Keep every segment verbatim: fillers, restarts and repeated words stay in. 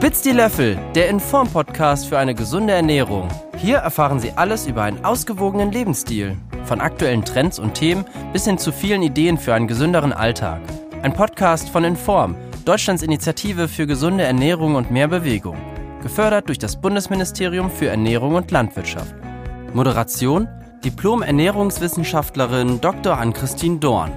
Spitz die Löffel, der Inform-Podcast für eine gesunde Ernährung. Hier erfahren Sie alles über einen ausgewogenen Lebensstil. Von aktuellen Trends und Themen bis hin zu vielen Ideen für einen gesünderen Alltag. Ein Podcast von Inform, Deutschlands Initiative für gesunde Ernährung und mehr Bewegung. Gefördert durch das Bundesministerium für Ernährung und Landwirtschaft. Moderation: Diplom-Ernährungswissenschaftlerin Doktor Ann-Christine Dorn.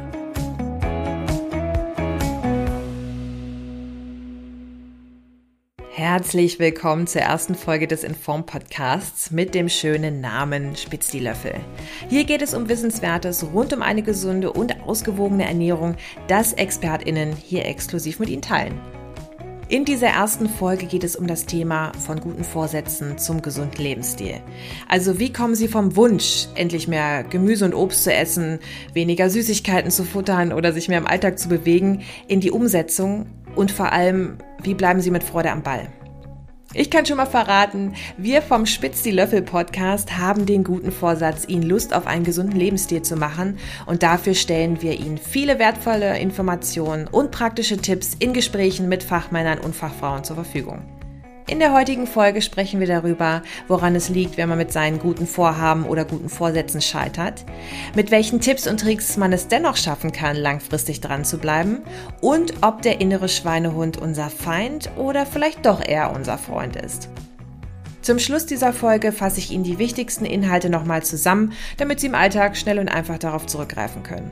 Herzlich willkommen zur ersten Folge des Inform-Podcasts mit dem schönen Namen Spitz die Löffel. Hier geht es um Wissenswertes rund um eine gesunde und ausgewogene Ernährung, das ExpertInnen hier exklusiv mit Ihnen teilen. In dieser ersten Folge geht es um das Thema von guten Vorsätzen zum gesunden Lebensstil. Also wie kommen Sie vom Wunsch, endlich mehr Gemüse und Obst zu essen, weniger Süßigkeiten zu futtern oder sich mehr im Alltag zu bewegen, in die Umsetzung und vor allem, wie bleiben Sie mit Freude am Ball? Ich kann schon mal verraten, wir vom Spitz die Löffel Podcast haben den guten Vorsatz, Ihnen Lust auf einen gesunden Lebensstil zu machen, und dafür stellen wir Ihnen viele wertvolle Informationen und praktische Tipps in Gesprächen mit Fachmännern und Fachfrauen zur Verfügung. In der heutigen Folge sprechen wir darüber, woran es liegt, wenn man mit seinen guten Vorhaben oder guten Vorsätzen scheitert, mit welchen Tipps und Tricks man es dennoch schaffen kann, langfristig dran zu bleiben und ob der innere Schweinehund unser Feind oder vielleicht doch eher unser Freund ist. Zum Schluss dieser Folge fasse ich Ihnen die wichtigsten Inhalte nochmal zusammen, damit Sie im Alltag schnell und einfach darauf zurückgreifen können.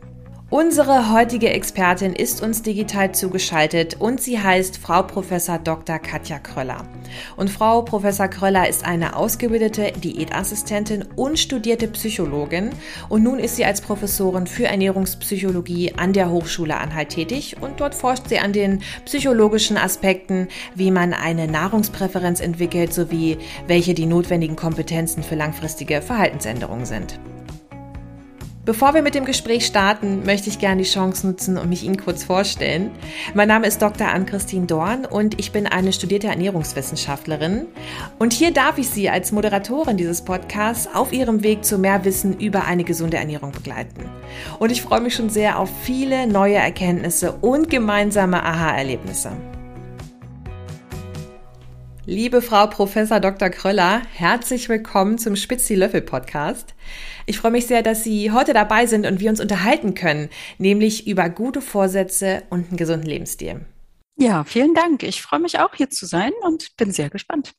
Unsere heutige Expertin ist uns digital zugeschaltet und sie heißt Frau Professor Doktor Katja Kröller. Und Frau Professor Kröller ist eine ausgebildete Diätassistentin und studierte Psychologin, und nun ist sie als Professorin für Ernährungspsychologie an der Hochschule Anhalt tätig, und dort forscht sie an den psychologischen Aspekten, wie man eine Nahrungspräferenz entwickelt, sowie welche die notwendigen Kompetenzen für langfristige Verhaltensänderungen sind. Bevor wir mit dem Gespräch starten, möchte ich gerne die Chance nutzen und mich Ihnen kurz vorstellen. Mein Name ist Doktor Ann-Christine Dorn und ich bin eine studierte Ernährungswissenschaftlerin. Und hier darf ich Sie als Moderatorin dieses Podcasts auf Ihrem Weg zu mehr Wissen über eine gesunde Ernährung begleiten. Und ich freue mich schon sehr auf viele neue Erkenntnisse und gemeinsame Aha-Erlebnisse. Liebe Frau Professor Doktor Kröller, herzlich willkommen zum Spitz die Löffel Podcast. Ich freue mich sehr, dass Sie heute dabei sind und wir uns unterhalten können, nämlich über gute Vorsätze und einen gesunden Lebensstil. Ja, vielen Dank. Ich freue mich auch, hier zu sein und bin sehr gespannt.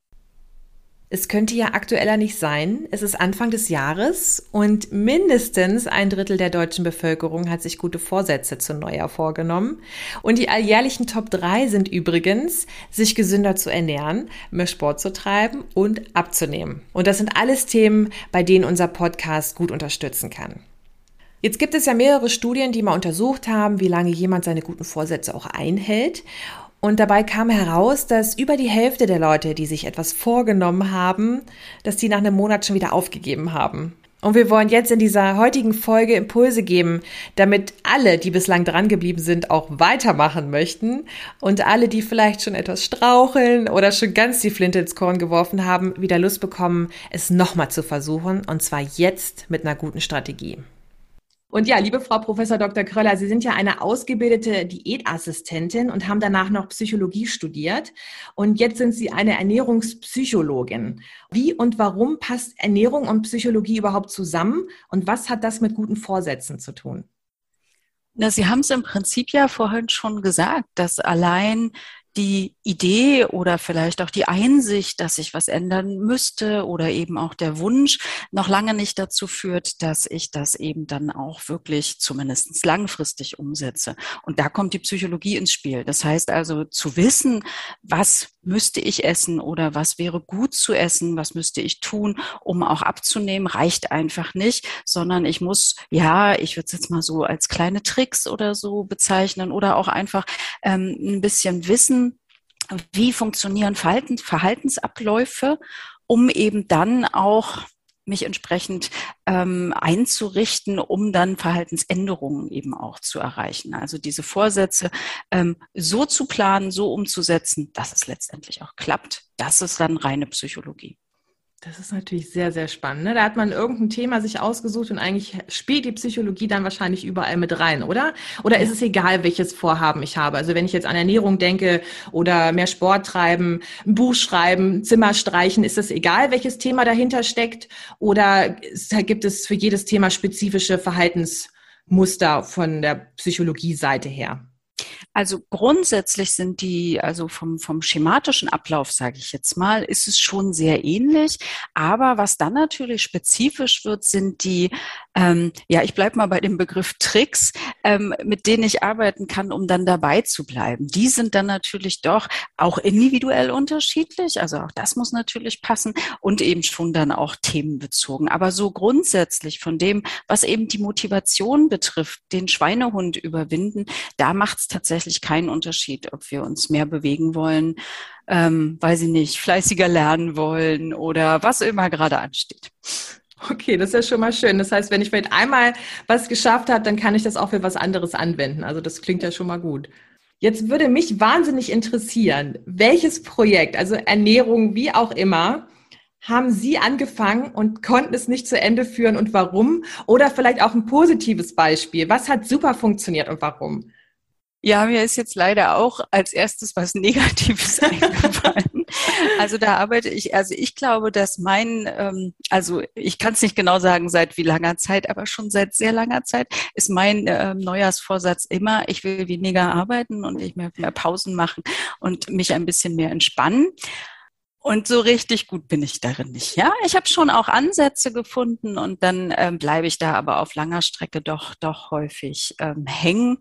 Es könnte ja aktueller nicht sein. Es ist Anfang des Jahres und mindestens ein Drittel der deutschen Bevölkerung hat sich gute Vorsätze zu Neujahr vorgenommen. Und die alljährlichen Top drei sind übrigens, sich gesünder zu ernähren, mehr Sport zu treiben und abzunehmen. Und das sind alles Themen, bei denen unser Podcast gut unterstützen kann. Jetzt gibt es ja mehrere Studien, die mal untersucht haben, wie lange jemand seine guten Vorsätze auch einhält. Und dabei kam heraus, dass über die Hälfte der Leute, die sich etwas vorgenommen haben, dass die nach einem Monat schon wieder aufgegeben haben. Und wir wollen jetzt in dieser heutigen Folge Impulse geben, damit alle, die bislang dran geblieben sind, auch weitermachen möchten, und alle, die vielleicht schon etwas straucheln oder schon ganz die Flinte ins Korn geworfen haben, wieder Lust bekommen, es nochmal zu versuchen, und zwar jetzt mit einer guten Strategie. Und ja, liebe Frau Professor Doktor Kröller, Sie sind ja eine ausgebildete Diätassistentin und haben danach noch Psychologie studiert. Und jetzt sind Sie eine Ernährungspsychologin. Wie und warum passt Ernährung und Psychologie überhaupt zusammen? Und was hat das mit guten Vorsätzen zu tun? Na, Sie haben es im Prinzip ja vorhin schon gesagt, dass allein die Idee oder vielleicht auch die Einsicht, dass sich was ändern müsste, oder eben auch der Wunsch noch lange nicht dazu führt, dass ich das eben dann auch wirklich zumindest langfristig umsetze. Und da kommt die Psychologie ins Spiel. Das heißt also, zu wissen, was müsste ich essen oder was wäre gut zu essen, was müsste ich tun, um auch abzunehmen, reicht einfach nicht, sondern ich muss, ja, ich würde es jetzt mal so als kleine Tricks oder so bezeichnen, oder auch einfach ähm, ein bisschen wissen, wie funktionieren Verhaltens- Verhaltensabläufe, um eben dann auch mich entsprechend ähm, einzurichten, um dann Verhaltensänderungen eben auch zu erreichen. Also diese Vorsätze ähm, so zu planen, so umzusetzen, dass es letztendlich auch klappt, das ist dann reine Psychologie. Das ist natürlich sehr, sehr spannend. Ne? Da hat man irgendein Thema sich ausgesucht und eigentlich spielt die Psychologie dann wahrscheinlich überall mit rein, oder? Oder ist es egal, welches Vorhaben ich habe? Also wenn ich jetzt an Ernährung denke oder mehr Sport treiben, ein Buch schreiben, Zimmer streichen, ist es egal, welches Thema dahinter steckt? Oder gibt es für jedes Thema spezifische Verhaltensmuster von der Psychologie-Seite her? Also grundsätzlich sind die, also vom, vom schematischen Ablauf, sage ich jetzt mal, ist es schon sehr ähnlich. Aber was dann natürlich spezifisch wird, sind die, ähm, ja, ich bleibe mal bei dem Begriff Tricks, ähm, mit denen ich arbeiten kann, um dann dabei zu bleiben. Die sind dann natürlich doch auch individuell unterschiedlich. Also auch das muss natürlich passen und eben schon dann auch themenbezogen. Aber so grundsätzlich von dem, was eben die Motivation betrifft, den Schweinehund überwinden, da macht es tatsächlich keinen Unterschied, ob wir uns mehr bewegen wollen, ähm, weiß ich nicht, fleißiger lernen wollen oder was immer gerade ansteht. Okay, das ist ja schon mal schön. Das heißt, wenn ich vielleicht einmal was geschafft habe, dann kann ich das auch für was anderes anwenden. Also das klingt ja schon mal gut. Jetzt würde mich wahnsinnig interessieren, welches Projekt, also Ernährung, wie auch immer, haben Sie angefangen und konnten es nicht zu Ende führen und warum? Oder vielleicht auch ein positives Beispiel. Was hat super funktioniert und warum? Ja, mir ist jetzt leider auch als erstes was Negatives eingefallen. Also da arbeite ich, also ich glaube, dass mein, ähm, also ich kann es nicht genau sagen, seit wie langer Zeit, aber schon seit sehr langer Zeit ist mein äh, Neujahrsvorsatz immer, ich will weniger arbeiten und ich will mehr Pausen machen und mich ein bisschen mehr entspannen. Und so richtig gut bin ich darin nicht. Ja, ich habe schon auch Ansätze gefunden und dann ähm, bleibe ich da aber auf langer Strecke doch doch häufig ähm, hängen.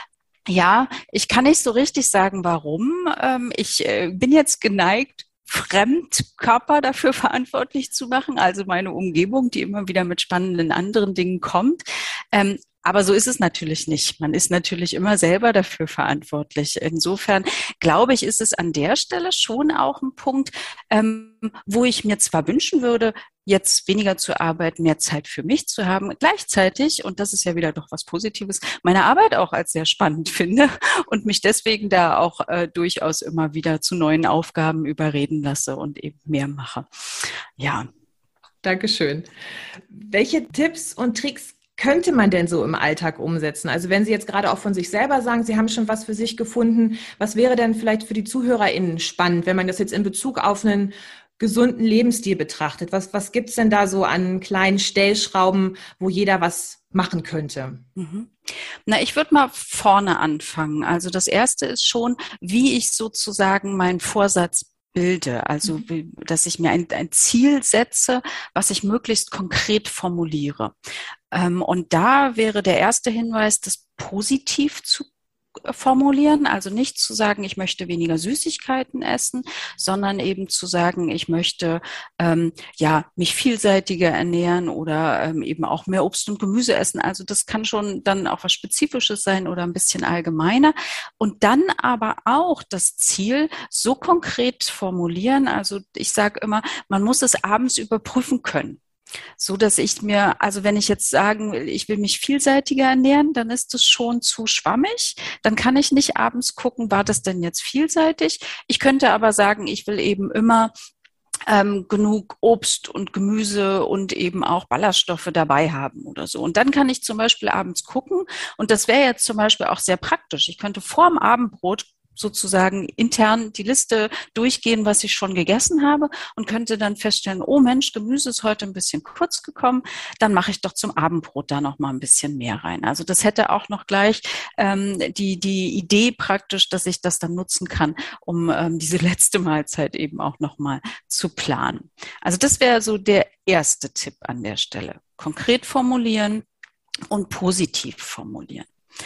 Ja, ich kann nicht so richtig sagen, warum. Ähm, ich äh, bin jetzt geneigt, Fremdkörper dafür verantwortlich zu machen, also meine Umgebung, die immer wieder mit spannenden anderen Dingen kommt. Ähm, aber so ist es natürlich nicht. Man ist natürlich immer selber dafür verantwortlich. Insofern glaube ich, ist es an der Stelle schon auch ein Punkt, ähm, wo ich mir zwar wünschen würde, jetzt weniger zu arbeiten, mehr Zeit für mich zu haben, gleichzeitig, und das ist ja wieder doch was Positives, meine Arbeit auch als sehr spannend finde und mich deswegen da auch äh, durchaus immer wieder zu neuen Aufgaben überreden lasse und eben mehr mache. Ja. Dankeschön. Welche Tipps und Tricks könnte man denn so im Alltag umsetzen? Also wenn Sie jetzt gerade auch von sich selber sagen, Sie haben schon was für sich gefunden, was wäre denn vielleicht für die ZuhörerInnen spannend, wenn man das jetzt in Bezug auf einen gesunden Lebensstil betrachtet? Was, was gibt's denn da so an kleinen Stellschrauben, wo jeder was machen könnte? Mhm. Na, ich würde mal vorne anfangen. Also das erste ist schon, wie ich sozusagen meinen Vorsatz bilde, also dass ich mir ein, ein Ziel setze, was ich möglichst konkret formuliere. Ähm, und da wäre der erste Hinweis, das positiv zu formulieren, also nicht zu sagen, ich möchte weniger Süßigkeiten essen, sondern eben zu sagen, ich möchte ähm, ja mich vielseitiger ernähren oder ähm, eben auch mehr Obst und Gemüse essen. Also das kann schon dann auch was Spezifisches sein oder ein bisschen allgemeiner. Und dann aber auch das Ziel so konkret formulieren. Also ich sage immer, man muss es abends überprüfen können. So dass ich mir, also wenn ich jetzt sagen will, ich will mich vielseitiger ernähren, dann ist das schon zu schwammig. Dann kann ich nicht abends gucken, war das denn jetzt vielseitig? Ich könnte aber sagen, ich will eben immer ähm, genug Obst und Gemüse und eben auch Ballaststoffe dabei haben oder so. Und dann kann ich zum Beispiel abends gucken und das wäre jetzt zum Beispiel auch sehr praktisch. Ich könnte vorm Abendbrot sozusagen intern die Liste durchgehen, was ich schon gegessen habe und könnte dann feststellen, oh Mensch, Gemüse ist heute ein bisschen kurz gekommen, dann mache ich doch zum Abendbrot da noch mal ein bisschen mehr rein. Also das hätte auch noch gleich ähm, die, die Idee praktisch, dass ich das dann nutzen kann, um ähm, diese letzte Mahlzeit eben auch noch mal zu planen. Also das wäre so der erste Tipp an der Stelle. Konkret formulieren und positiv formulieren.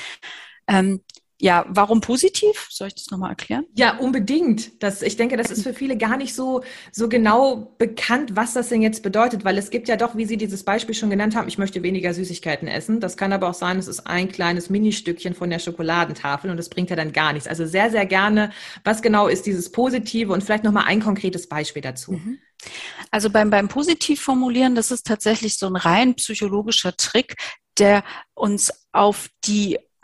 Ähm, Ja, warum positiv? Soll ich das nochmal erklären? Ja, unbedingt. Das, ich denke, das ist für viele gar nicht so, so genau bekannt, was das denn jetzt bedeutet, weil es gibt ja doch, wie Sie dieses Beispiel schon genannt haben, ich möchte weniger Süßigkeiten essen. Das kann aber auch sein, es ist ein kleines Ministückchen von der Schokoladentafel und das bringt ja dann gar nichts. Also sehr, sehr gerne, was genau ist dieses Positive und vielleicht nochmal ein konkretes Beispiel dazu. Mhm. Also beim, beim Positiv formulieren, das ist tatsächlich so ein rein psychologischer Trick, der uns auf die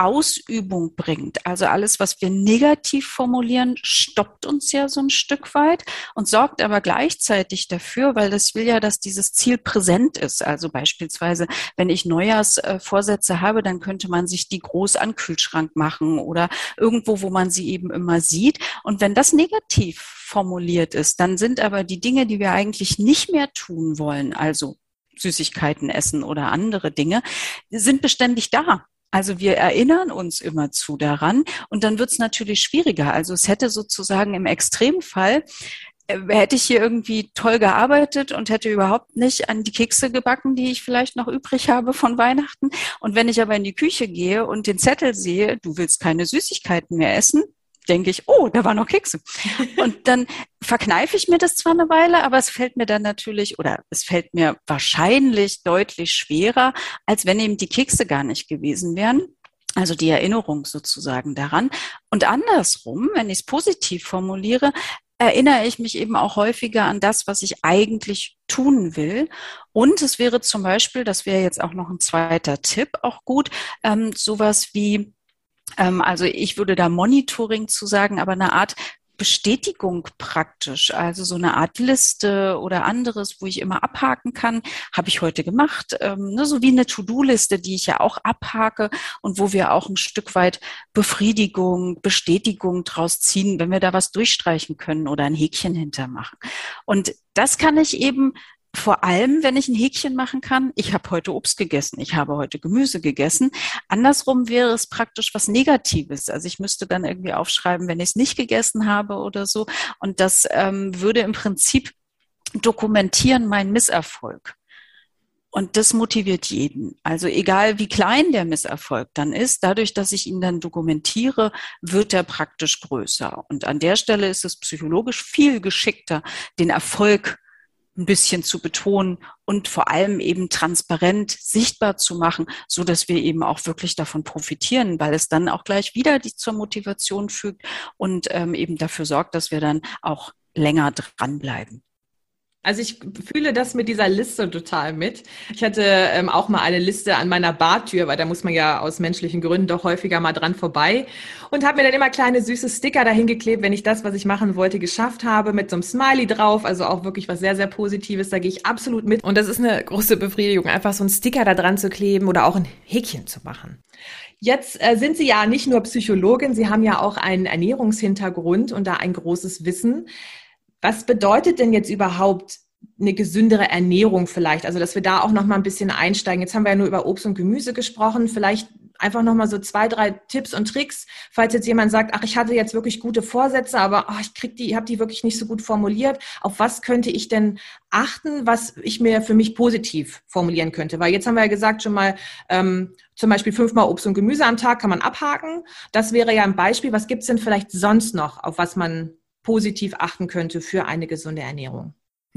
Ausübung bringt. Also alles, was wir negativ formulieren, stoppt uns ja so ein Stück weit und sorgt aber gleichzeitig dafür, weil das will ja, dass dieses Ziel präsent ist. Also beispielsweise, wenn ich Neujahrsvorsätze habe, dann könnte man sich die groß an den Kühlschrank machen oder irgendwo, wo man sie eben immer sieht. Und wenn das negativ formuliert ist, dann sind aber die Dinge, die wir eigentlich nicht mehr tun wollen, also Süßigkeiten essen oder andere Dinge, sind beständig da. Also wir erinnern uns immerzu daran und dann wird es natürlich schwieriger. Also es hätte sozusagen im Extremfall, äh, hätte ich hier irgendwie toll gearbeitet und hätte überhaupt nicht an die Kekse gebacken, die ich vielleicht noch übrig habe von Weihnachten. Und wenn ich aber in die Küche gehe und den Zettel sehe, du willst keine Süßigkeiten mehr essen, denke ich, oh, da waren noch Kekse. Und dann verkneife ich mir das zwar eine Weile, aber es fällt mir dann natürlich, oder es fällt mir wahrscheinlich deutlich schwerer, als wenn eben die Kekse gar nicht gewesen wären. Also die Erinnerung sozusagen daran. Und andersrum, wenn ich es positiv formuliere, erinnere ich mich eben auch häufiger an das, was ich eigentlich tun will. Und es wäre zum Beispiel, das wäre jetzt auch noch ein zweiter Tipp, auch gut, ähm, sowas wie, also ich würde da Monitoring zu sagen, aber eine Art Bestätigung praktisch, also so eine Art Liste oder anderes, wo ich immer abhaken kann, habe ich heute gemacht, ähm, ne, so wie eine To-Do-Liste, die ich ja auch abhake und wo wir auch ein Stück weit Befriedigung, Bestätigung draus ziehen, wenn wir da was durchstreichen können oder ein Häkchen hintermachen. Und das kann ich eben vor allem, wenn ich ein Häkchen machen kann, ich habe heute Obst gegessen, ich habe heute Gemüse gegessen. Andersrum wäre es praktisch was Negatives. Also ich müsste dann irgendwie aufschreiben, wenn ich es nicht gegessen habe oder so. Und das ähm, würde im Prinzip dokumentieren meinen Misserfolg. Und das motiviert jeden. Also egal wie klein der Misserfolg dann ist, dadurch, dass ich ihn dann dokumentiere, wird er praktisch größer. Und an der Stelle ist es psychologisch viel geschickter, den Erfolg ein bisschen zu betonen und vor allem eben transparent sichtbar zu machen, so dass wir eben auch wirklich davon profitieren, weil es dann auch gleich wieder die zur Motivation fügt und ähm, eben dafür sorgt, dass wir dann auch länger dranbleiben. Also ich fühle das mit dieser Liste total mit. Ich hatte ähm, auch mal eine Liste an meiner Bartür, weil da muss man ja aus menschlichen Gründen doch häufiger mal dran vorbei und habe mir dann immer kleine süße Sticker dahin geklebt, wenn ich das, was ich machen wollte, geschafft habe, mit so einem Smiley drauf, also auch wirklich was sehr, sehr Positives, da gehe ich absolut mit. Und das ist eine große Befriedigung, einfach so einen Sticker da dran zu kleben oder auch ein Häkchen zu machen. Jetzt äh, sind Sie ja nicht nur Psychologin, Sie haben ja auch einen Ernährungshintergrund und da ein großes Wissen. Was bedeutet denn jetzt überhaupt eine gesündere Ernährung vielleicht? Also, dass wir da auch noch mal ein bisschen einsteigen. Jetzt haben wir ja nur über Obst und Gemüse gesprochen. Vielleicht einfach noch mal so zwei, drei Tipps und Tricks, falls jetzt jemand sagt, ach, ich hatte jetzt wirklich gute Vorsätze, aber oh, ich krieg die, habe die wirklich nicht so gut formuliert. Auf was könnte ich denn achten, was ich mir für mich positiv formulieren könnte? Weil jetzt haben wir ja gesagt schon mal, ähm, zum Beispiel fünfmal Obst und Gemüse am Tag kann man abhaken. Das wäre ja ein Beispiel. Was gibt's denn vielleicht sonst noch, auf was man positiv achten könnte für eine gesunde Ernährung?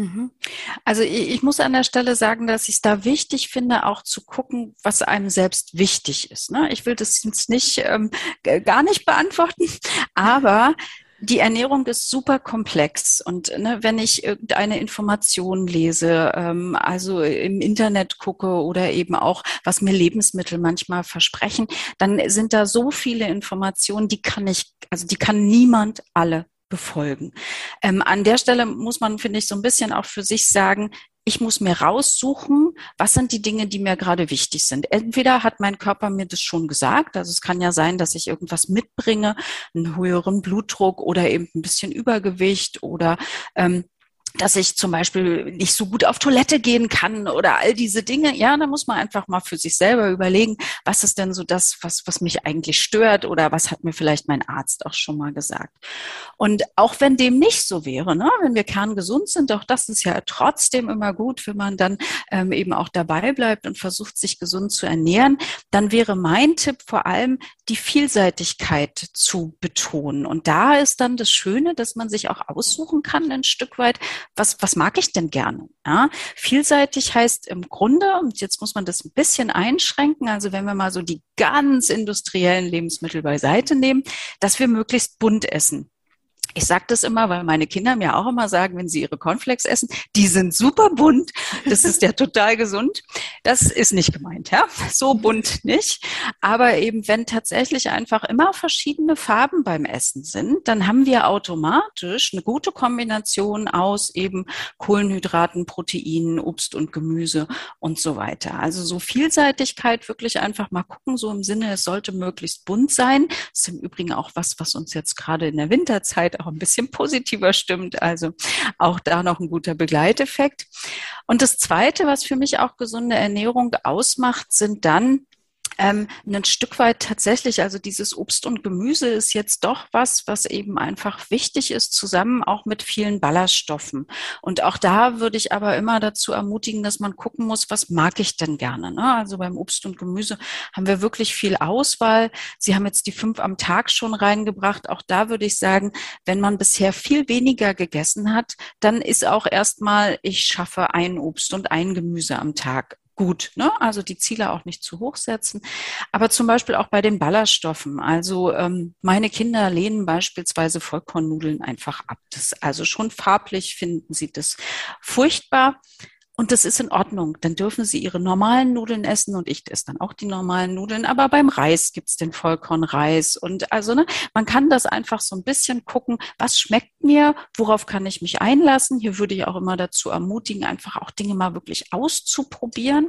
Also ich, ich muss an der Stelle sagen, dass ich es da wichtig finde, auch zu gucken, was einem selbst wichtig ist. Ne? Ich will das jetzt nicht ähm, gar nicht beantworten, aber die Ernährung ist super komplex und ne, wenn ich irgendeine Information lese, ähm, also im Internet gucke oder eben auch, was mir Lebensmittel manchmal versprechen, dann sind da so viele Informationen, die kann ich, also die kann niemand alle befolgen. Ähm, an der Stelle muss man, finde ich, so ein bisschen auch für sich sagen, ich muss mir raussuchen, was sind die Dinge, die mir gerade wichtig sind. Entweder hat mein Körper mir das schon gesagt, also es kann ja sein, dass ich irgendwas mitbringe, einen höheren Blutdruck oder eben ein bisschen Übergewicht oder ähm, dass ich zum Beispiel nicht so gut auf Toilette gehen kann oder all diese Dinge. Ja, da muss man einfach mal für sich selber überlegen, was ist denn so das, was, was mich eigentlich stört oder was hat mir vielleicht mein Arzt auch schon mal gesagt. Und auch wenn dem nicht so wäre, ne, wenn wir kerngesund sind, auch das ist ja trotzdem immer gut, wenn man dann ähm, eben auch dabei bleibt und versucht, sich gesund zu ernähren, dann wäre mein Tipp vor allem, die Vielseitigkeit zu betonen. Und da ist dann das Schöne, dass man sich auch aussuchen kann, ein Stück weit, Was, was mag ich denn gerne? Ja, vielseitig heißt im Grunde, und jetzt muss man das ein bisschen einschränken, also wenn wir mal so die ganz industriellen Lebensmittel beiseite nehmen, dass wir möglichst bunt essen. Ich sage das immer, weil meine Kinder mir auch immer sagen, wenn sie ihre Cornflakes essen, die sind super bunt, das ist ja total gesund. Das ist nicht gemeint, ja, so bunt nicht. Aber eben, wenn tatsächlich einfach immer verschiedene Farben beim Essen sind, dann haben wir automatisch eine gute Kombination aus eben Kohlenhydraten, Proteinen, Obst und Gemüse und so weiter. Also so Vielseitigkeit, wirklich einfach mal gucken, so im Sinne, es sollte möglichst bunt sein. Das ist im Übrigen auch was, was uns jetzt gerade in der Winterzeit auch ein bisschen positiver stimmt. Also auch da noch ein guter Begleiteffekt. Und das Zweite, was für mich auch gesunde Ernährung ausmacht, sind dann Ähm, ein Stück weit tatsächlich, also dieses Obst und Gemüse ist jetzt doch was, was eben einfach wichtig ist, zusammen auch mit vielen Ballaststoffen. Und auch da würde ich aber immer dazu ermutigen, dass man gucken muss, was mag ich denn gerne, ne? Also beim Obst und Gemüse haben wir wirklich viel Auswahl. Sie haben jetzt die fünf am Tag schon reingebracht. Auch da würde ich sagen, wenn man bisher viel weniger gegessen hat, dann ist auch erstmal, ich schaffe ein Obst und ein Gemüse am Tag. Gut, ne? Also die Ziele auch nicht zu hoch setzen. Aber zum Beispiel auch bei den Ballaststoffen. Also ähm, meine Kinder lehnen beispielsweise Vollkornnudeln einfach ab. Das, also schon farblich finden sie das furchtbar. Und das ist in Ordnung. Dann dürfen sie ihre normalen Nudeln essen und ich esse dann auch die normalen Nudeln. Aber beim Reis gibt's den Vollkornreis. Und also ne, man kann das einfach so ein bisschen gucken, was schmeckt mir, worauf kann ich mich einlassen. Hier würde ich auch immer dazu ermutigen, einfach auch Dinge mal wirklich auszuprobieren.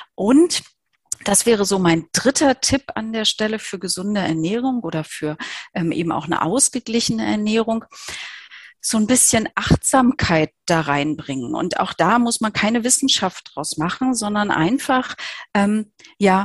Und das wäre so mein dritter Tipp an der Stelle für gesunde Ernährung oder für ähm, eben auch eine ausgeglichene Ernährung. So ein bisschen Achtsamkeit da reinbringen. Und auch da muss man keine Wissenschaft draus machen, sondern einfach, ähm, ja,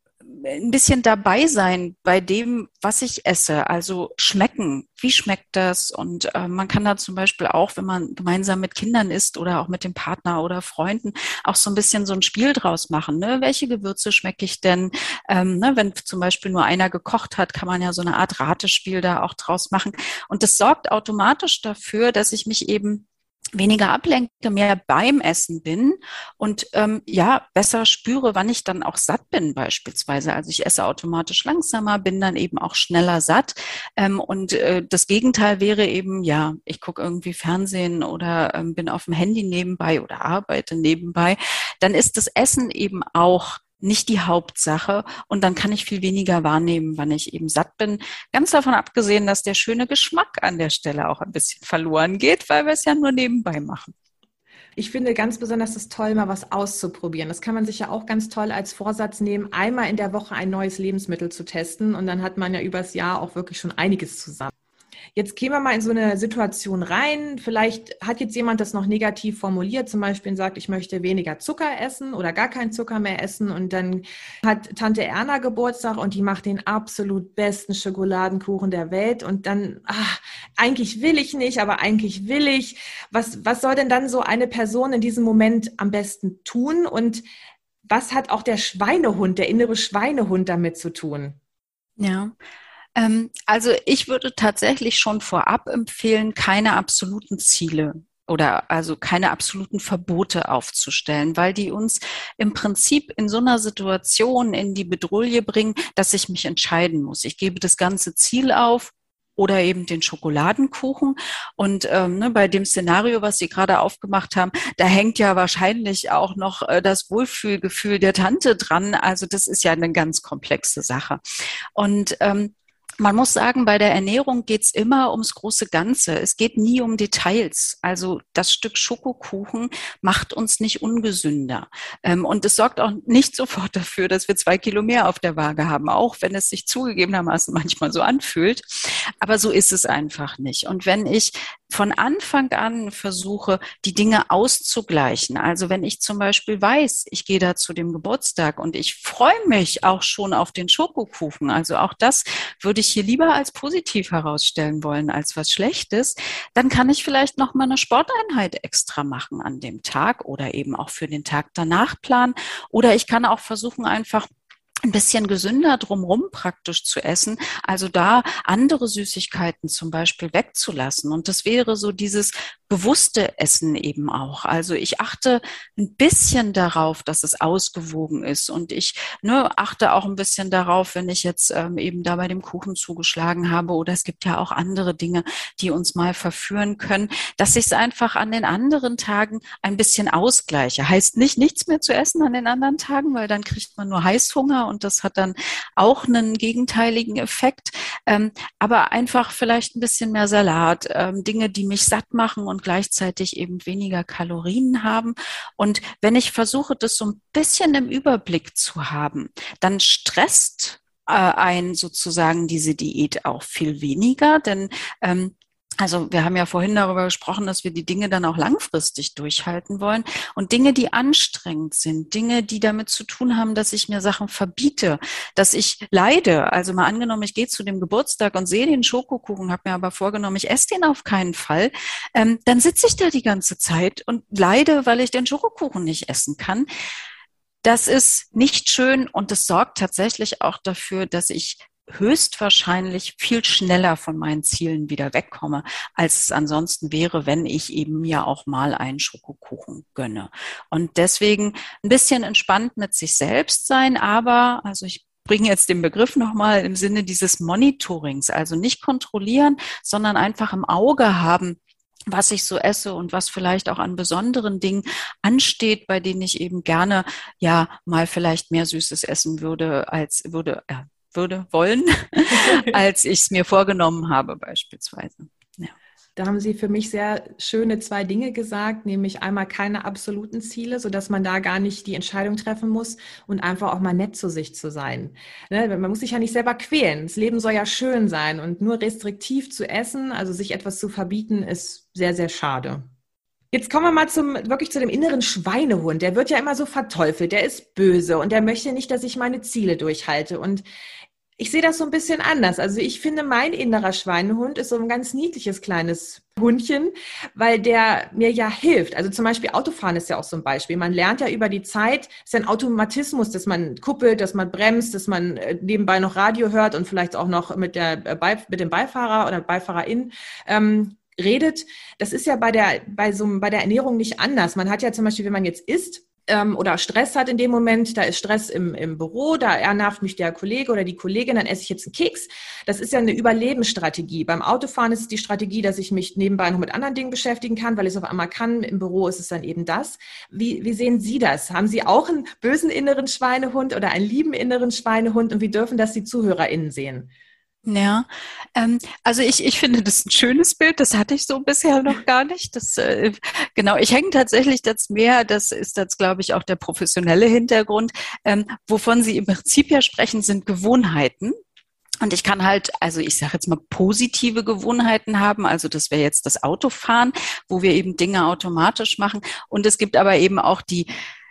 ein bisschen dabei sein bei dem, was ich esse. Also schmecken. Wie schmeckt das? Und äh, man kann da zum Beispiel auch, wenn man gemeinsam mit Kindern isst oder auch mit dem Partner oder Freunden, auch so ein bisschen so ein Spiel draus machen. Ne? Welche Gewürze schmecke ich denn? Ähm, ne? Wenn zum Beispiel nur einer gekocht hat, kann man ja so eine Art Ratespiel da auch draus machen. Und das sorgt automatisch dafür, dass ich mich eben weniger ablenke, mehr beim Essen bin und ähm, ja, besser spüre, wann ich dann auch satt bin beispielsweise. Also ich esse automatisch langsamer, bin dann eben auch schneller satt. Ähm, und äh, das Gegenteil wäre eben, ja, ich gucke irgendwie Fernsehen oder ähm, bin auf dem Handy nebenbei oder arbeite nebenbei. Dann ist das Essen eben auch nicht die Hauptsache und dann kann ich viel weniger wahrnehmen, wann ich eben satt bin. Ganz davon abgesehen, dass der schöne Geschmack an der Stelle auch ein bisschen verloren geht, weil wir es ja nur nebenbei machen. Ich finde ganz besonders das toll, mal was auszuprobieren. Das kann man sich ja auch ganz toll als Vorsatz nehmen, einmal in der Woche ein neues Lebensmittel zu testen und dann hat man ja übers Jahr auch wirklich schon einiges zusammen. Jetzt gehen wir mal in so eine Situation rein. Vielleicht hat jetzt jemand das noch negativ formuliert, zum Beispiel sagt, ich möchte weniger Zucker essen oder gar keinen Zucker mehr essen. Und dann hat Tante Erna Geburtstag und die macht den absolut besten Schokoladenkuchen der Welt. Und dann, ach, eigentlich will ich nicht, aber eigentlich will ich. Was, was soll denn dann so eine Person in diesem Moment am besten tun? Und was hat auch der Schweinehund, der innere Schweinehund damit zu tun? Ja. Also ich würde tatsächlich schon vorab empfehlen, keine absoluten Ziele oder also keine absoluten Verbote aufzustellen, weil die uns im Prinzip in so einer Situation in die Bedrohung bringen, dass ich mich entscheiden muss. Ich gebe das ganze Ziel auf oder eben den Schokoladenkuchen. Und ähm, ne, bei dem Szenario, was Sie gerade aufgemacht haben, da hängt ja wahrscheinlich auch noch äh, das Wohlfühlgefühl der Tante dran. Also das ist ja eine ganz komplexe Sache. Und ähm, man muss sagen, bei der Ernährung geht's immer ums große Ganze. Es geht nie um Details. Also das Stück Schokokuchen macht uns nicht ungesünder. Und es sorgt auch nicht sofort dafür, dass wir zwei Kilo mehr auf der Waage haben, auch wenn es sich zugegebenermaßen manchmal so anfühlt. Aber so ist es einfach nicht. Und wenn ich von Anfang an versuche, die Dinge auszugleichen, also wenn ich zum Beispiel weiß, ich gehe da zu dem Geburtstag und ich freue mich auch schon auf den Schokokuchen, also auch das würde ich hier lieber als positiv herausstellen wollen als was Schlechtes, dann kann ich vielleicht noch mal eine Sporteinheit extra machen an dem Tag oder eben auch für den Tag danach planen. Oder ich kann auch versuchen, einfach ein bisschen gesünder drumherum praktisch zu essen, also da andere Süßigkeiten zum Beispiel wegzulassen. Und das wäre so dieses bewusste Essen eben auch. Also ich achte ein bisschen darauf, dass es ausgewogen ist und ich ne, achte auch ein bisschen darauf, wenn ich jetzt ähm, eben da bei dem Kuchen zugeschlagen habe oder es gibt ja auch andere Dinge, die uns mal verführen können, dass ich es einfach an den anderen Tagen ein bisschen ausgleiche. Heißt nicht, nichts mehr zu essen an den anderen Tagen, weil dann kriegt man nur Heißhunger und das hat dann auch einen gegenteiligen Effekt. Ähm, aber einfach vielleicht ein bisschen mehr Salat, ähm, Dinge, die mich satt machen und gleichzeitig eben weniger Kalorien haben. Und wenn ich versuche, das so ein bisschen im Überblick zu haben, dann stresst äh, ein sozusagen diese Diät auch viel weniger, denn ähm, also wir haben ja vorhin darüber gesprochen, dass wir die Dinge dann auch langfristig durchhalten wollen und Dinge, die anstrengend sind, Dinge, die damit zu tun haben, dass ich mir Sachen verbiete, dass ich leide. Also mal angenommen, ich gehe zu dem Geburtstag und sehe den Schokokuchen, habe mir aber vorgenommen, ich esse den auf keinen Fall, ähm, dann sitze ich da die ganze Zeit und leide, weil ich den Schokokuchen nicht essen kann. Das ist nicht schön und das sorgt tatsächlich auch dafür, dass ich höchstwahrscheinlich viel schneller von meinen Zielen wieder wegkomme, als es ansonsten wäre, wenn ich eben mir auch mal einen Schokokuchen gönne. Und deswegen ein bisschen entspannt mit sich selbst sein, aber, also ich bringe jetzt den Begriff nochmal im Sinne dieses Monitorings, also nicht kontrollieren, sondern einfach im Auge haben, was ich so esse und was vielleicht auch an besonderen Dingen ansteht, bei denen ich eben gerne ja mal vielleicht mehr Süßes essen würde, als würde, ja, würde wollen, als ich es mir vorgenommen habe beispielsweise. Ja. Da haben Sie für mich sehr schöne zwei Dinge gesagt, nämlich einmal keine absoluten Ziele, sodass man da gar nicht die Entscheidung treffen muss und einfach auch mal nett zu sich zu sein. Ne? Man muss sich ja nicht selber quälen. Das Leben soll ja schön sein und nur restriktiv zu essen, also sich etwas zu verbieten, ist sehr, sehr schade. Jetzt kommen wir mal zum, wirklich zu dem inneren Schweinehund. Der wird ja immer so verteufelt, der ist böse und der möchte nicht, dass ich meine Ziele durchhalte. Und ich sehe das so ein bisschen anders. Also ich finde, mein innerer Schweinehund ist so ein ganz niedliches kleines Hundchen, weil der mir ja hilft. Also zum Beispiel Autofahren ist ja auch so ein Beispiel. Man lernt ja über die Zeit, es ist ein Automatismus, dass man kuppelt, dass man bremst, dass man nebenbei noch Radio hört und vielleicht auch noch mit der mit dem Beifahrer oder Beifahrerin ähm, redet. Das ist ja bei der bei so bei der Ernährung nicht anders. Man hat ja zum Beispiel, wenn man jetzt isst, oder Stress hat in dem Moment, da ist Stress im, im Büro, da nervt mich der Kollege oder die Kollegin, dann esse ich jetzt einen Keks. Das ist ja eine Überlebensstrategie. Beim Autofahren ist es die Strategie, dass ich mich nebenbei noch mit anderen Dingen beschäftigen kann, weil ich es auf einmal kann. Im Büro ist es dann eben das. Wie, wie sehen Sie das? Haben Sie auch einen bösen inneren Schweinehund oder einen lieben inneren Schweinehund und wie dürfen das die ZuhörerInnen sehen? Ja, ähm, also ich, ich finde das ein schönes Bild, das hatte ich so bisher noch gar nicht. Das, äh, genau, ich hänge tatsächlich das mehr, das ist jetzt, glaube ich, auch der professionelle Hintergrund, ähm, wovon Sie im Prinzip ja sprechen, sind Gewohnheiten. Und ich kann halt, also ich sage jetzt mal, positive Gewohnheiten haben. Also das wäre jetzt das Autofahren, wo wir eben Dinge automatisch machen. Und es gibt aber eben auch die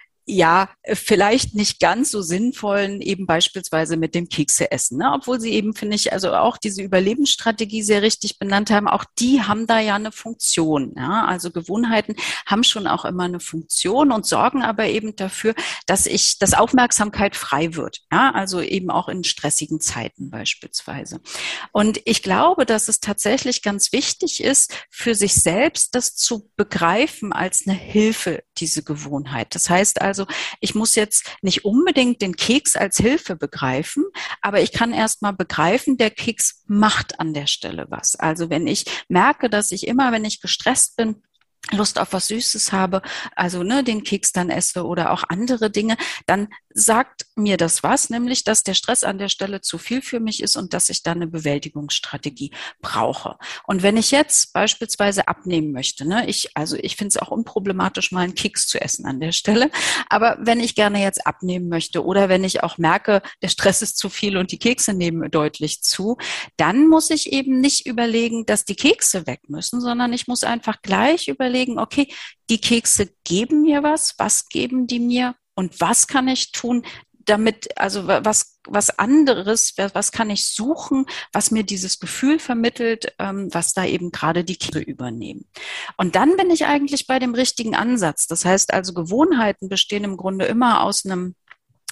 ja, vielleicht nicht ganz so sinnvollen, eben beispielsweise mit dem Kekse essen, ne? Obwohl sie eben, finde ich, also auch diese Überlebensstrategie sehr richtig benannt haben, auch die haben da ja eine Funktion, ja? Also Gewohnheiten haben schon auch immer eine Funktion und sorgen aber eben dafür, dass ich, dass Aufmerksamkeit frei wird, ja? Also eben auch in stressigen Zeiten beispielsweise. Und ich glaube, dass es tatsächlich ganz wichtig ist, für sich selbst das zu begreifen als eine Hilfe, diese Gewohnheit. Das heißt also, Also ich muss jetzt nicht unbedingt den Keks als Hilfe begreifen, aber ich kann erst mal begreifen, der Keks macht an der Stelle was. Also wenn ich merke, dass ich immer, wenn ich gestresst bin, Lust auf was Süßes habe, also ne, den Keks dann esse oder auch andere Dinge, dann sagt mir das was, nämlich, dass der Stress an der Stelle zu viel für mich ist und dass ich dann eine Bewältigungsstrategie brauche. Und wenn ich jetzt beispielsweise abnehmen möchte, ne, ich, also ich finde es auch unproblematisch, mal einen Keks zu essen an der Stelle, aber wenn ich gerne jetzt abnehmen möchte oder wenn ich auch merke, der Stress ist zu viel und die Kekse nehmen deutlich zu, dann muss ich eben nicht überlegen, dass die Kekse weg müssen, sondern ich muss einfach gleich überlegen, okay, die Kekse geben mir was, was geben die mir und was kann ich tun, damit, also was, was anderes, was kann ich suchen, was mir dieses Gefühl vermittelt, ähm, was da eben gerade die Kekse übernehmen. Und dann bin ich eigentlich bei dem richtigen Ansatz. Das heißt also, Gewohnheiten bestehen im Grunde immer aus einem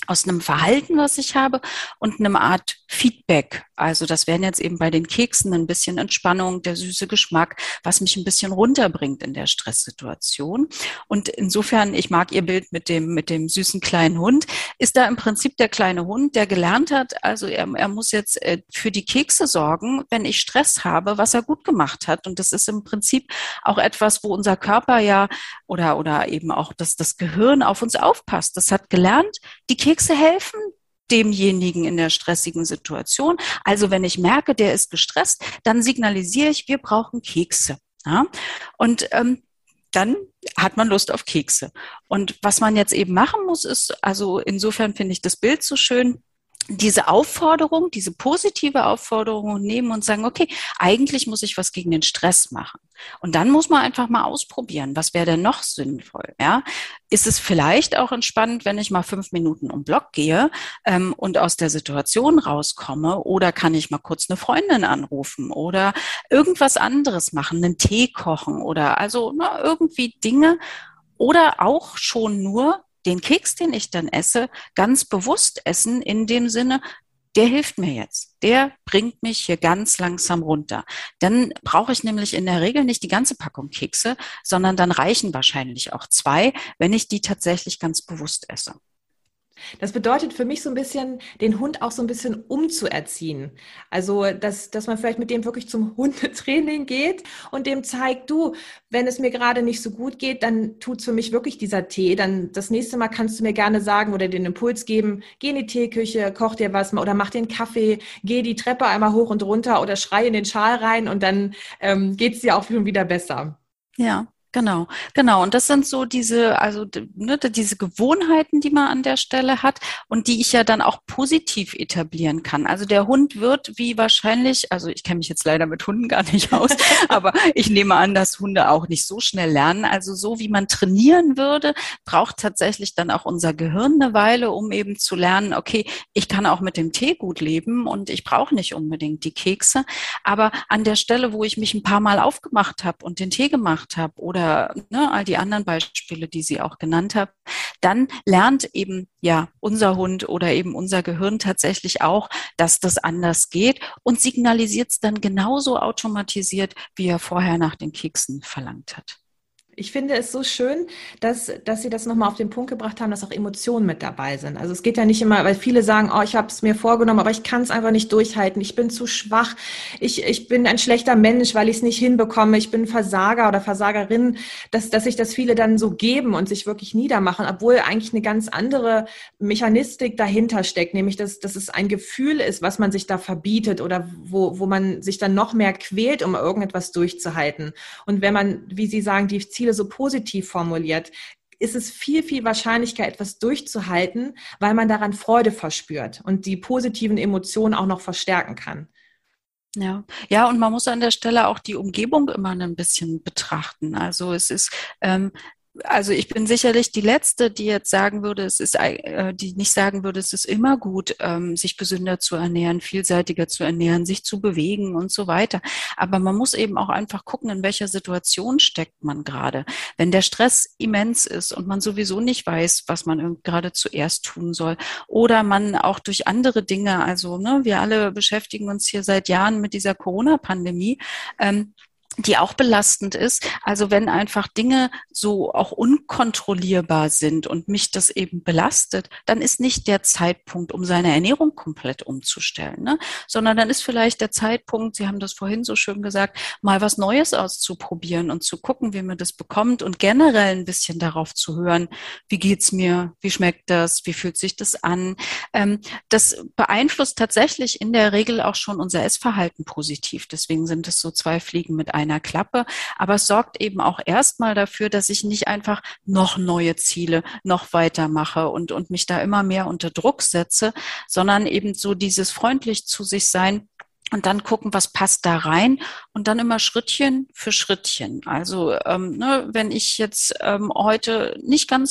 aus einem Verhalten, was ich habe und einem Art Feedback. Also das wären jetzt eben bei den Keksen ein bisschen Entspannung, der süße Geschmack, was mich ein bisschen runterbringt in der Stresssituation. Und insofern, ich mag Ihr Bild mit dem, mit dem süßen kleinen Hund, ist da im Prinzip der kleine Hund, der gelernt hat, also er, er muss jetzt äh, für die Kekse sorgen, wenn ich Stress habe, was er gut gemacht hat. Und das ist im Prinzip auch etwas, wo unser Körper ja oder, oder eben auch das, das Gehirn auf uns aufpasst. Das hat gelernt, die Kekse helfen demjenigen in der stressigen Situation. Also wenn ich merke, der ist gestresst, dann signalisiere ich, wir brauchen Kekse. Ja? Und ähm, dann hat man Lust auf Kekse. Und was man jetzt eben machen muss, ist, also insofern finde ich das Bild so schön, diese Aufforderung, diese positive Aufforderung nehmen und sagen, okay, eigentlich muss ich was gegen den Stress machen. Und dann muss man einfach mal ausprobieren, was wäre denn noch sinnvoll? Ja? Ist es vielleicht auch entspannend, wenn ich mal fünf Minuten um Block gehe ähm, und aus der Situation rauskomme? Oder kann ich mal kurz eine Freundin anrufen oder irgendwas anderes machen, einen Tee kochen oder also na, irgendwie Dinge oder auch schon nur den Keks, den ich dann esse, ganz bewusst essen in dem Sinne, der hilft mir jetzt. Der bringt mich hier ganz langsam runter. Dann brauche ich nämlich in der Regel nicht die ganze Packung Kekse, sondern dann reichen wahrscheinlich auch zwei, wenn ich die tatsächlich ganz bewusst esse. Das bedeutet für mich so ein bisschen, den Hund auch so ein bisschen umzuerziehen. Also, dass, dass man vielleicht mit dem wirklich zum Hundetraining geht und dem zeigt, du, wenn es mir gerade nicht so gut geht, dann tut's für mich wirklich dieser Tee. Dann das nächste Mal kannst du mir gerne sagen oder den Impuls geben, geh in die Teeküche, koch dir was oder mach dir einen Kaffee, geh die Treppe einmal hoch und runter oder schrei in den Schal rein und dann ähm, geht's dir auch schon wieder besser. Ja. Genau, genau. Und das sind so diese, also ne, diese Gewohnheiten, die man an der Stelle hat und die ich ja dann auch positiv etablieren kann. Also der Hund wird wie wahrscheinlich, also ich kenne mich jetzt leider mit Hunden gar nicht aus, aber ich nehme an, dass Hunde auch nicht so schnell lernen. Also so wie man trainieren würde, braucht tatsächlich dann auch unser Gehirn eine Weile, um eben zu lernen, okay, ich kann auch mit dem Tee gut leben und ich brauche nicht unbedingt die Kekse. Aber an der Stelle, wo ich mich ein paar Mal aufgemacht habe und den Tee gemacht habe oder Ne, all die anderen Beispiele, die sie auch genannt hat, dann lernt eben ja unser Hund oder eben unser Gehirn tatsächlich auch, dass das anders geht und signalisiert es dann genauso automatisiert, wie er vorher nach den Keksen verlangt hat. Ich finde es so schön, dass, dass Sie das nochmal auf den Punkt gebracht haben, dass auch Emotionen mit dabei sind. Also es geht ja nicht immer, weil viele sagen, oh, ich habe es mir vorgenommen, aber ich kann es einfach nicht durchhalten. Ich bin zu schwach. Ich, ich bin ein schlechter Mensch, weil ich es nicht hinbekomme. Ich bin Versager oder Versagerin, dass, dass sich das viele dann so geben und sich wirklich niedermachen, obwohl eigentlich eine ganz andere Mechanistik dahinter steckt, nämlich dass, dass es ein Gefühl ist, was man sich da verbietet oder wo, wo man sich dann noch mehr quält, um irgendetwas durchzuhalten. Und wenn man, wie Sie sagen, die Ziele so positiv formuliert, ist es viel, viel wahrscheinlicher, etwas durchzuhalten, weil man daran Freude verspürt und die positiven Emotionen auch noch verstärken kann. Ja, ja, und man muss an der Stelle auch die Umgebung immer ein bisschen betrachten. Also es ist, ähm, also ich bin sicherlich die Letzte, die jetzt sagen würde, es ist, äh, die nicht sagen würde, es ist immer gut, ähm, sich gesünder zu ernähren, vielseitiger zu ernähren, sich zu bewegen und so weiter. Aber man muss eben auch einfach gucken, in welcher Situation steckt man gerade. Wenn der Stress immens ist und man sowieso nicht weiß, was man gerade zuerst tun soll, oder man auch durch andere Dinge, also ne, wir alle beschäftigen uns hier seit Jahren mit dieser Corona-Pandemie, ähm, die auch belastend ist. Also wenn einfach Dinge so auch unkontrollierbar sind und mich das eben belastet, dann ist nicht der Zeitpunkt, um seine Ernährung komplett umzustellen, ne? Sondern dann ist vielleicht der Zeitpunkt, Sie haben das vorhin so schön gesagt, mal was Neues auszuprobieren und zu gucken, wie man das bekommt und generell ein bisschen darauf zu hören, wie geht's mir, wie schmeckt das, wie fühlt sich das an. Ähm, das beeinflusst tatsächlich in der Regel auch schon unser Essverhalten positiv. Deswegen sind es so zwei Fliegen mit einer Klappe. Aber es sorgt eben auch erstmal dafür, dass ich nicht einfach noch neue Ziele noch weitermache und, und mich da immer mehr unter Druck setze, sondern eben so dieses freundlich zu sich sein und dann gucken, was passt da rein und dann immer Schrittchen für Schrittchen. Also ähm, ne, wenn ich jetzt ähm, heute nicht ganz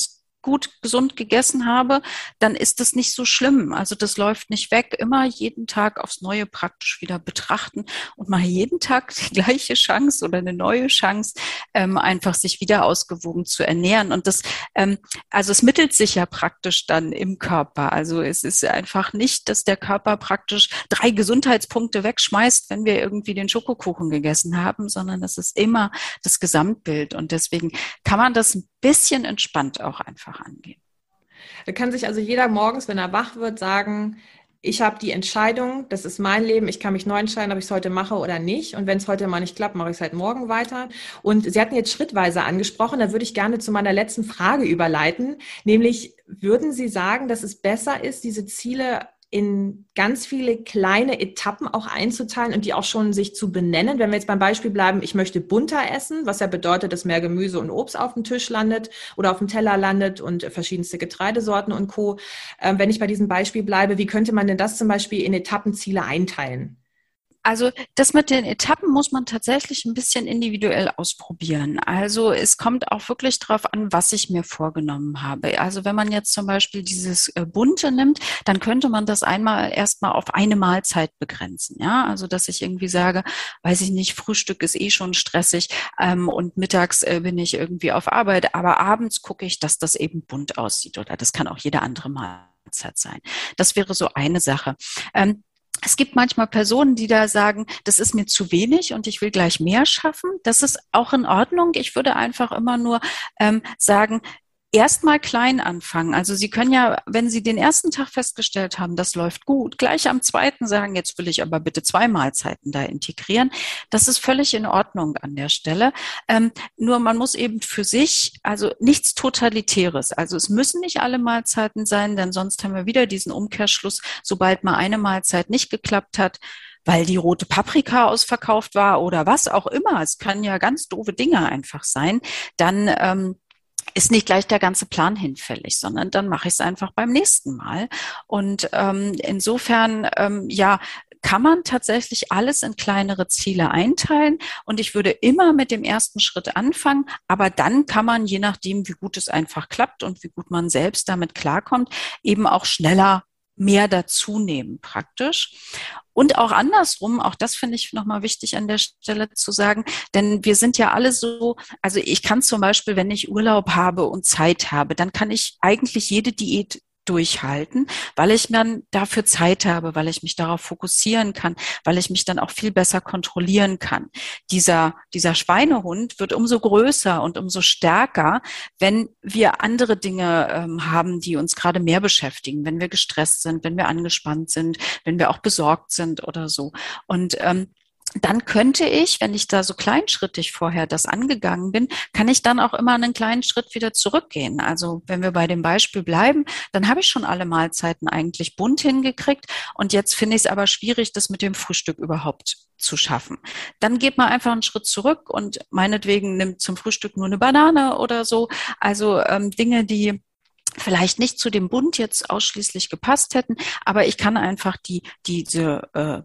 gut, gesund gegessen habe, dann ist das nicht so schlimm. Also das läuft nicht weg. Immer jeden Tag aufs Neue praktisch wieder betrachten und mal jeden Tag die gleiche Chance oder eine neue Chance, ähm, einfach sich wieder ausgewogen zu ernähren. Und das, ähm, also es mittelt sich ja praktisch dann im Körper. Also es ist einfach nicht, dass der Körper praktisch drei Gesundheitspunkte wegschmeißt, wenn wir irgendwie den Schokokuchen gegessen haben, sondern das ist immer das Gesamtbild. Und deswegen kann man das ein bisschen entspannt auch einfach angehen. Da kann sich also jeder morgens, wenn er wach wird, sagen, ich habe die Entscheidung, das ist mein Leben, ich kann mich neu entscheiden, ob ich es heute mache oder nicht. Und wenn es heute mal nicht klappt, mache ich es halt morgen weiter. Und Sie hatten jetzt schrittweise angesprochen, da würde ich gerne zu meiner letzten Frage überleiten, nämlich würden Sie sagen, dass es besser ist, diese Ziele in ganz viele kleine Etappen auch einzuteilen und die auch schon sich zu benennen. Wenn wir jetzt beim Beispiel bleiben, ich möchte bunter essen, was ja bedeutet, dass mehr Gemüse und Obst auf dem Tisch landet oder auf dem Teller landet und verschiedenste Getreidesorten und Co. Ähm, wenn ich bei diesem Beispiel bleibe, wie könnte man denn das zum Beispiel in Etappenziele einteilen? Also das mit den Etappen muss man tatsächlich ein bisschen individuell ausprobieren. Also es kommt auch wirklich darauf an, was ich mir vorgenommen habe. Also wenn man jetzt zum Beispiel dieses äh, Bunte nimmt, dann könnte man das einmal erstmal auf eine Mahlzeit begrenzen. Ja, also dass ich irgendwie sage, weiß ich nicht, Frühstück ist eh schon stressig ähm, und mittags äh, bin ich irgendwie auf Arbeit, aber abends gucke ich, dass das eben bunt aussieht oder das kann auch jede andere Mahlzeit sein. Das wäre so eine Sache. Ähm, Es gibt manchmal Personen, die da sagen, das ist mir zu wenig und ich will gleich mehr schaffen. Das ist auch in Ordnung. Ich würde einfach immer nur ähm, sagen, erstmal klein anfangen. Also Sie können ja, wenn Sie den ersten Tag festgestellt haben, das läuft gut, gleich am zweiten sagen, jetzt will ich aber bitte zwei Mahlzeiten da integrieren. Das ist völlig in Ordnung an der Stelle. Ähm, nur man muss eben für sich, also nichts Totalitäres. Also es müssen nicht alle Mahlzeiten sein, denn sonst haben wir wieder diesen Umkehrschluss, sobald mal eine Mahlzeit nicht geklappt hat, weil die rote Paprika ausverkauft war oder was auch immer. Es kann ja ganz doofe Dinge einfach sein. Dann ähm, ist nicht gleich der ganze Plan hinfällig, sondern dann mache ich es einfach beim nächsten Mal. Und ähm, insofern, ähm, ja, kann man tatsächlich alles in kleinere Ziele einteilen. Und ich würde immer mit dem ersten Schritt anfangen, aber dann kann man, je nachdem, wie gut es einfach klappt und wie gut man selbst damit klarkommt, eben auch schneller mehr dazu nehmen praktisch. Und auch andersrum, auch das finde ich nochmal wichtig an der Stelle zu sagen, denn wir sind ja alle so, also ich kann zum Beispiel, wenn ich Urlaub habe und Zeit habe, dann kann ich eigentlich jede Diät durchhalten, weil ich dann dafür Zeit habe, weil ich mich darauf fokussieren kann, weil ich mich dann auch viel besser kontrollieren kann. Dieser, dieser Schweinehund wird umso größer und umso stärker, wenn wir andere Dinge ähm, haben, die uns gerade mehr beschäftigen, wenn wir gestresst sind, wenn wir angespannt sind, wenn wir auch besorgt sind oder so. Und ähm, dann könnte ich, wenn ich da so kleinschrittig vorher das angegangen bin, kann ich dann auch immer einen kleinen Schritt wieder zurückgehen. Also wenn wir bei dem Beispiel bleiben, dann habe ich schon alle Mahlzeiten eigentlich bunt hingekriegt und jetzt finde ich es aber schwierig, das mit dem Frühstück überhaupt zu schaffen. Dann geht man einfach einen Schritt zurück und meinetwegen nimmt zum Frühstück nur eine Banane oder so. Also ähm, Dinge, die vielleicht nicht zu dem Bund jetzt ausschließlich gepasst hätten, aber ich kann einfach die diese äh,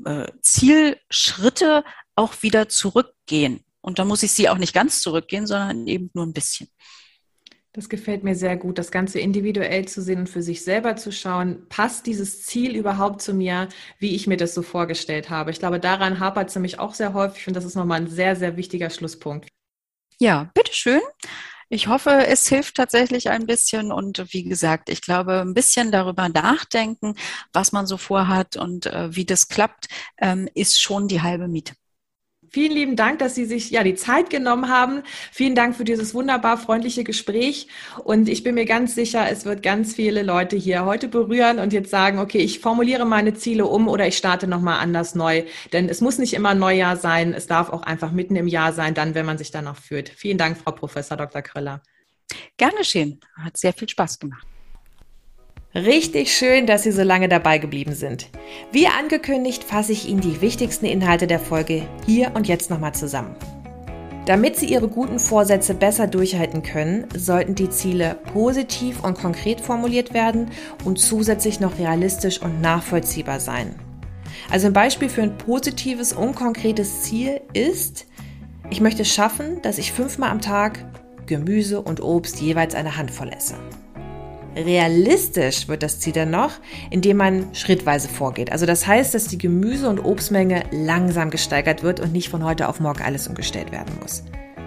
Zielschritte auch wieder zurückgehen. Und da muss ich sie auch nicht ganz zurückgehen, sondern eben nur ein bisschen. Das gefällt mir sehr gut, das Ganze individuell zu sehen und für sich selber zu schauen, passt dieses Ziel überhaupt zu mir, wie ich mir das so vorgestellt habe. Ich glaube, daran hapert es nämlich auch sehr häufig und das ist nochmal ein sehr, sehr wichtiger Schlusspunkt. Ja, bitteschön. Ich hoffe, es hilft tatsächlich ein bisschen und wie gesagt, ich glaube, ein bisschen darüber nachdenken, was man so vorhat und äh, wie das klappt, ähm, ist schon die halbe Miete. Vielen lieben Dank, dass Sie sich ja die Zeit genommen haben. Vielen Dank für dieses wunderbar freundliche Gespräch. Und ich bin mir ganz sicher, es wird ganz viele Leute hier heute berühren und jetzt sagen, okay, ich formuliere meine Ziele um oder ich starte nochmal anders neu. Denn es muss nicht immer Neujahr sein. Es darf auch einfach mitten im Jahr sein, dann, wenn man sich danach fühlt. Vielen Dank, Frau Professor Doktor Kriller. Gern geschehen. Hat sehr viel Spaß gemacht. Richtig schön, dass Sie so lange dabei geblieben sind. Wie angekündigt, fasse ich Ihnen die wichtigsten Inhalte der Folge hier und jetzt nochmal zusammen. Damit Sie Ihre guten Vorsätze besser durchhalten können, sollten die Ziele positiv und konkret formuliert werden und zusätzlich noch realistisch und nachvollziehbar sein. Also ein Beispiel für ein positives, unkonkretes Ziel ist, ich möchte schaffen, dass ich fünfmal am Tag Gemüse und Obst jeweils eine Handvoll esse. Realistisch wird das Ziel dann noch, indem man schrittweise vorgeht. Also das heißt, dass die Gemüse- und Obstmenge langsam gesteigert wird und nicht von heute auf morgen alles umgestellt werden muss.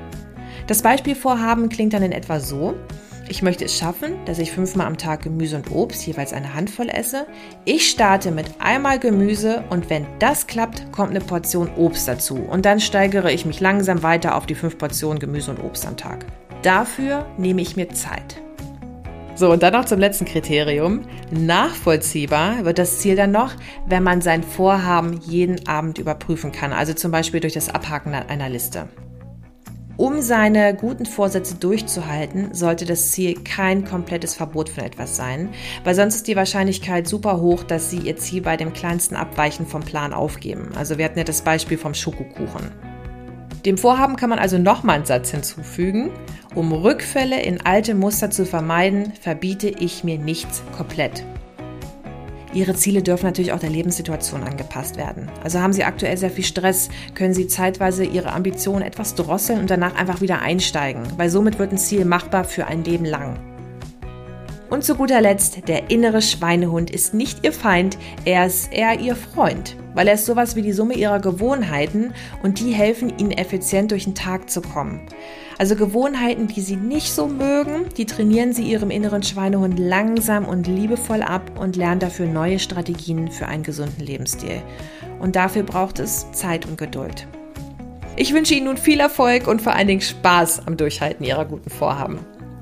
Das Beispielvorhaben klingt dann in etwa so: Ich möchte es schaffen, dass ich fünfmal am Tag Gemüse und Obst jeweils eine Handvoll esse. Ich starte mit einmal Gemüse und wenn das klappt, kommt eine Portion Obst dazu. Und dann steigere ich mich langsam weiter auf die fünf Portionen Gemüse und Obst am Tag. Dafür nehme ich mir Zeit. So, und dann noch zum letzten Kriterium. Nachvollziehbar wird das Ziel dann noch, wenn man sein Vorhaben jeden Abend überprüfen kann. Also zum Beispiel durch das Abhaken einer Liste. Um seine guten Vorsätze durchzuhalten, sollte das Ziel kein komplettes Verbot von etwas sein, weil sonst ist die Wahrscheinlichkeit super hoch, dass Sie Ihr Ziel bei dem kleinsten Abweichen vom Plan aufgeben. Also wir hatten ja das Beispiel vom Schokokuchen. Dem Vorhaben kann man also nochmal einen Satz hinzufügen: Um Rückfälle in alte Muster zu vermeiden, verbiete ich mir nichts komplett. Ihre Ziele dürfen natürlich auch der Lebenssituation angepasst werden. Also haben Sie aktuell sehr viel Stress, können Sie zeitweise Ihre Ambitionen etwas drosseln und danach einfach wieder einsteigen, weil somit wird ein Ziel machbar für ein Leben lang. Und zu guter Letzt, der innere Schweinehund ist nicht Ihr Feind, er ist eher Ihr Freund, weil er ist sowas wie die Summe Ihrer Gewohnheiten und die helfen Ihnen effizient durch den Tag zu kommen. Also Gewohnheiten, die Sie nicht so mögen, die trainieren Sie Ihrem inneren Schweinehund langsam und liebevoll ab und lernen dafür neue Strategien für einen gesunden Lebensstil. Und dafür braucht es Zeit und Geduld. Ich wünsche Ihnen nun viel Erfolg und vor allen Dingen Spaß am Durchhalten Ihrer guten Vorhaben.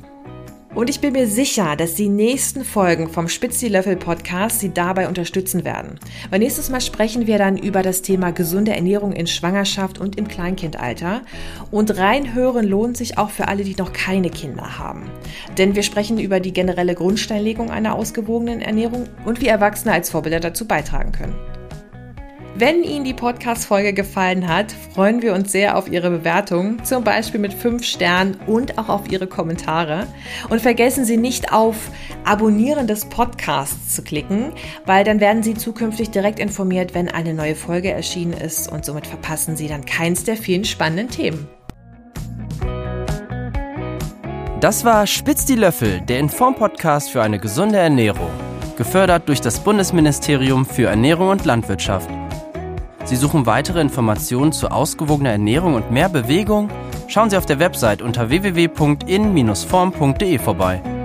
Und ich bin mir sicher, dass die nächsten Folgen vom Spitz-die-Löffel-Podcast Sie dabei unterstützen werden. Weil nächstes Mal sprechen wir dann über das Thema gesunde Ernährung in Schwangerschaft und im Kleinkindalter. Und reinhören lohnt sich auch für alle, die noch keine Kinder haben. Denn wir sprechen über die generelle Grundsteinlegung einer ausgewogenen Ernährung und wie Erwachsene als Vorbilder dazu beitragen können. Wenn Ihnen die Podcast-Folge gefallen hat, freuen wir uns sehr auf Ihre Bewertung, zum Beispiel mit fünf Sternen und auch auf Ihre Kommentare. Und vergessen Sie nicht auf Abonnieren des Podcasts zu klicken, weil dann werden Sie zukünftig direkt informiert, wenn eine neue Folge erschienen ist und somit verpassen Sie dann keins der vielen spannenden Themen. Das war Spitz die Löffel, der Inform-Podcast für eine gesunde Ernährung, gefördert durch das Bundesministerium für Ernährung und Landwirtschaft. Sie suchen weitere Informationen zu ausgewogener Ernährung und mehr Bewegung? Schauen Sie auf der Website unter w w w punkt in Bindestrich form punkt de vorbei.